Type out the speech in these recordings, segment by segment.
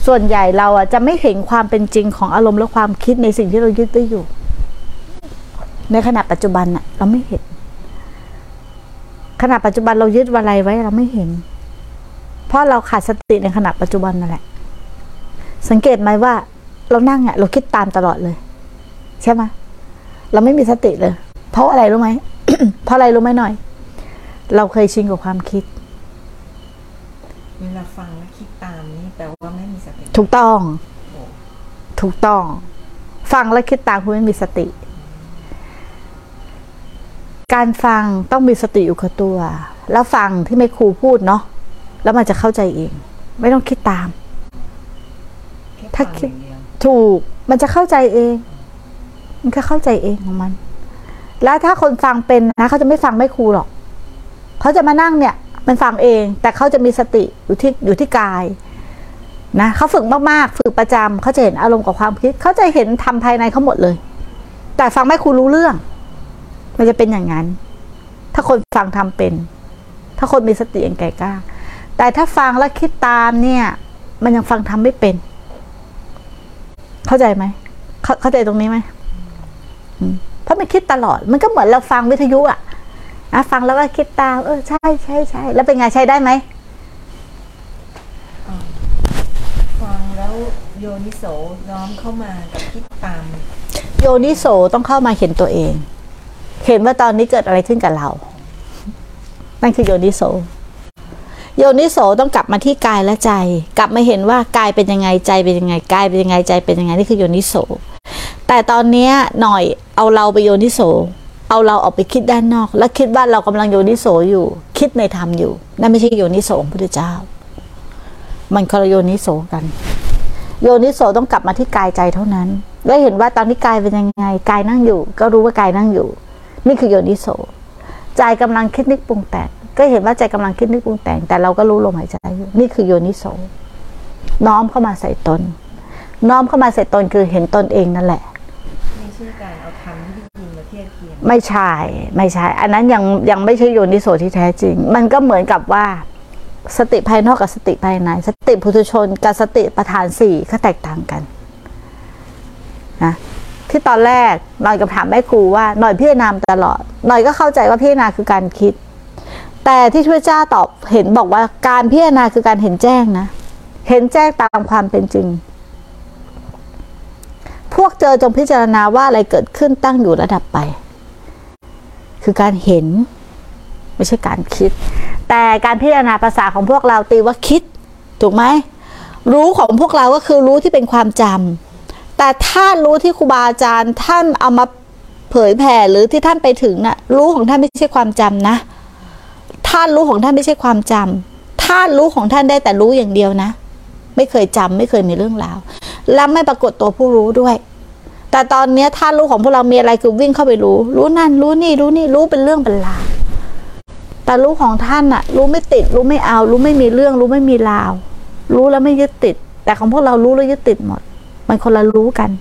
ส่วนใหญ่เราจะไม่เห็นความเป็นจริงของอารมณ์และความคิดในสิ่งที่เรายึดได้อยู่ในขณะปัจจุบันเราไม่เห็นขณะปัจจุบันเรายึดอะไรไว้เราไม่เห็นเพราะเราขาดสติในขณะปัจจุบันนั่นแหละสังเกตไหมว่าเรานั่งเราคิดตามตลอดเลยใช่ไหมเราไม่มีสติเลยเพราะอะไรรู้ไหม เพราะอะไรรู้ไหมหน่อยเราเคยชินกับความคิดเวลาฟังและคิดตามนี่แปลว่าไม่มีสติถูกต้องถูกต้องฟังและคิดตามคุณไม่มีสติการฟังต้องมีสติอยู่กับตัวแล้วฟังที่แม่ครูพูดเนาะแล้วมันจะเข้าใจเองไม่ต้องคิดตามถ้าคิดถูกมันจะเข้าใจเองมันก็เข้าใจเองของมันแล้วถ้าคนฟังเป็นนะเขาจะไม่ฟังแม่ครูหรอกเขาจะมานั่งเนี่ยมันฟังเองแต่เขาจะมีสติอยู่ที่กายนะเขาฝึกมากๆฝึกประจำเขาจะเห็นอารมณ์กับความคิดเขาจะเห็นทำภายในเขาหมดเลยแต่ฟังแม่ครูรู้เรื่องมันจะเป็นอย่างนั้นถ้าคนฟังทำเป็นถ้าคนมีสติอย่างแก่กล้าแต่ถ้าฟังแล้วคิดตามเนี่ยมันยังฟังทำไม่เป็นเข้าใจไหมเข้าใจตรงนี้ไหมเพราะมันคิดตลอดมันก็เหมือนเราฟังวิทยุฟังแล้วก็คิดตามใช่ใช่ใช่แล้วเป็นไงใช้ได้ไหมฟังแล้วโยนิโสน้อมเข้ามากับคิดตามโยนิโสต้องเข้ามาเห็นตัวเองเห็นว่าตอนนี้เกิดอะไรขึ้นกับเรานั่นคือโยนิโสโยนิโสต้องกลับมาที่กายและใจกลับมาเห็นว่ากายเป็นยังไงใจเป็นยังไงกายเป็นยังไงใจเป็นยังไงนี่คือโยนิโสแต่ตอนนี้หน่อยเอาเราไปโยนิโสเอาเราออกไปคิดด้านนอกแล้วคิดว่าเรากำลังโยนิโสอยู่คิดในธรรมอยู่นั่นไม่ใช่โยนิโสของพระพุทธเจ้ามันคนละโยนิโสกันโยนิโสต้องกลับมาที่กายใจเท่านั้นแล้วเห็นว่าตอนนี้กายเป็นยังไงกายนั่งอยู่ก็รู้ว่ากายนั่งอยู่นี่คือโยนิโสใจกำลังคิดนึกปรุงแต่งก็เห็นว่าใจกำลังคิดนึกปรุงแต่งแต่เราก็รู้ลมหายใจอยู่นี่คือโยนิโสน้อมเข้ามาใส่ตนน้อมเข้ามาใส่ตนคือเห็นตนเองนั่นแหละไม่ใช่การเอาธรรมที่จริงมาเทียบเทียมไม่ใช่อันนั้นยังไม่ใช่โยนิโสที่แท้จริงมันก็เหมือนกับว่าสติภายนอกกับสติภายในสติปุถุชนกับสติปัฏฐานสี่ก็แตกต่างกันนะที่ตอนแรกหน่อยกับถามแม่ครูว่าหน่อยพิจารณาตลอดหน่อยก็เข้าใจว่าพิจารณาคือการคิดแต่ที่พระเจ้าตอบเห็นบอกว่าการพิจารณาคือการเห็นแจ้งนะเห็นแจ้งตามความเป็นจริงพวกเจอจงพิจารณาว่าอะไรเกิดขึ้นตั้งอยู่ระดับไปคือการเห็นไม่ใช่การคิดแต่การพิจารณาภาษาของพวกเราตีว่าคิดถูกไหมรู้ของพวกเราก็คือรู้ที่เป็นความจำแต่ถ้ารู้ที่ครูบาอาจารย์ท่านเอามาเผยแผ่หรือที่ท่านไปถึงน่ะรู้ของท่านไม่ใช่ความจำนะท่านรู้ของท่านไม่ใช่ความจำท่านรู้ของท่านได้แต่รู้อย่างเดียวนะไม่เคยจำไม่เคยมีเรื่องราวและไม่ปรากฏตัวผู้รู้ด้วยแต่ตอนนี้ท่านรู้ของพวกเรามีอะไรคือวิ่งเข้าไปรู้นั่นรู้นี่รู้เป็นเรื่องเป็นราวแต่รู้ของท่านรู้ไม่ติดรู้ไม่เอารู้ไม่มีเรื่องรู้ไม่มีราวรู้แล้วไม่ยึดติดแต่ของพวกเรารู้แล้วยึดติดหมดมันคนละรู้กัน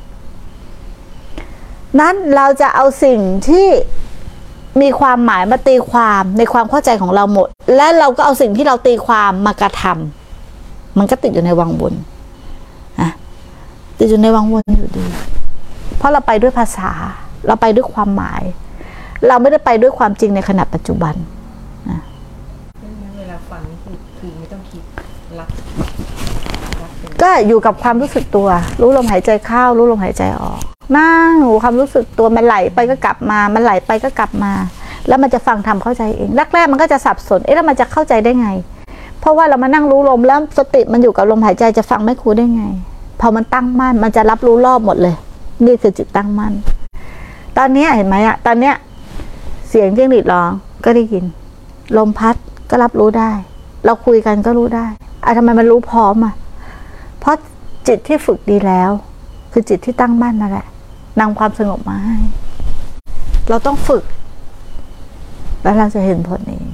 นั้นเราจะเอาสิ่งที่มีความหมายมาตีความในความเข้าใจของเราหมดและเราก็เอาสิ่งที่เราตีความมากระทำมันก็ติดอยู่ในวังวนติดอยู่ในวังวนอยู่ดีเพราะเราไปด้วยภาษาเราไปด้วยความหมายเราไม่ได้ไปด้วยความจริงในขณะปัจจุบันเวลาฟังคือไม่ต้องคิดรับก็อยู่กับความรู้สึกตัวรู้ลมหายใจเข้ารู้ลมหายใจออกนั่งความรู้สึกตัวมันไหลไปก็กลับมามันไหลไปก็กลับมาแล้วมันจะฟังทำเข้าใจเองแรกๆมันก็จะสับสนแล้วมันจะเข้าใจได้ไงเพราะว่าเรามานั่งรู้ลมแล้วสติมันอยู่กับลมหายใจจะฟังไม่ครูได้ไงพอมันตั้งมั่นมันจะรับรู้รอบหมดเลยนี่คือจิตตั้งมั่นตอนนี้เห็นไหมตอนเนี้ยเสียงจิ้งหรีดร้องก็ได้ยินลมพัดก็รับรู้ได้เราคุยกันก็รู้ได้ทำไมมันรู้พร้อมเพราะจิตที่ฝึกดีแล้วคือจิตที่ตั้งมั่นนั่นแหละนำความสงบมาให้เราต้องฝึกแล้วเราจะเห็นผลเอง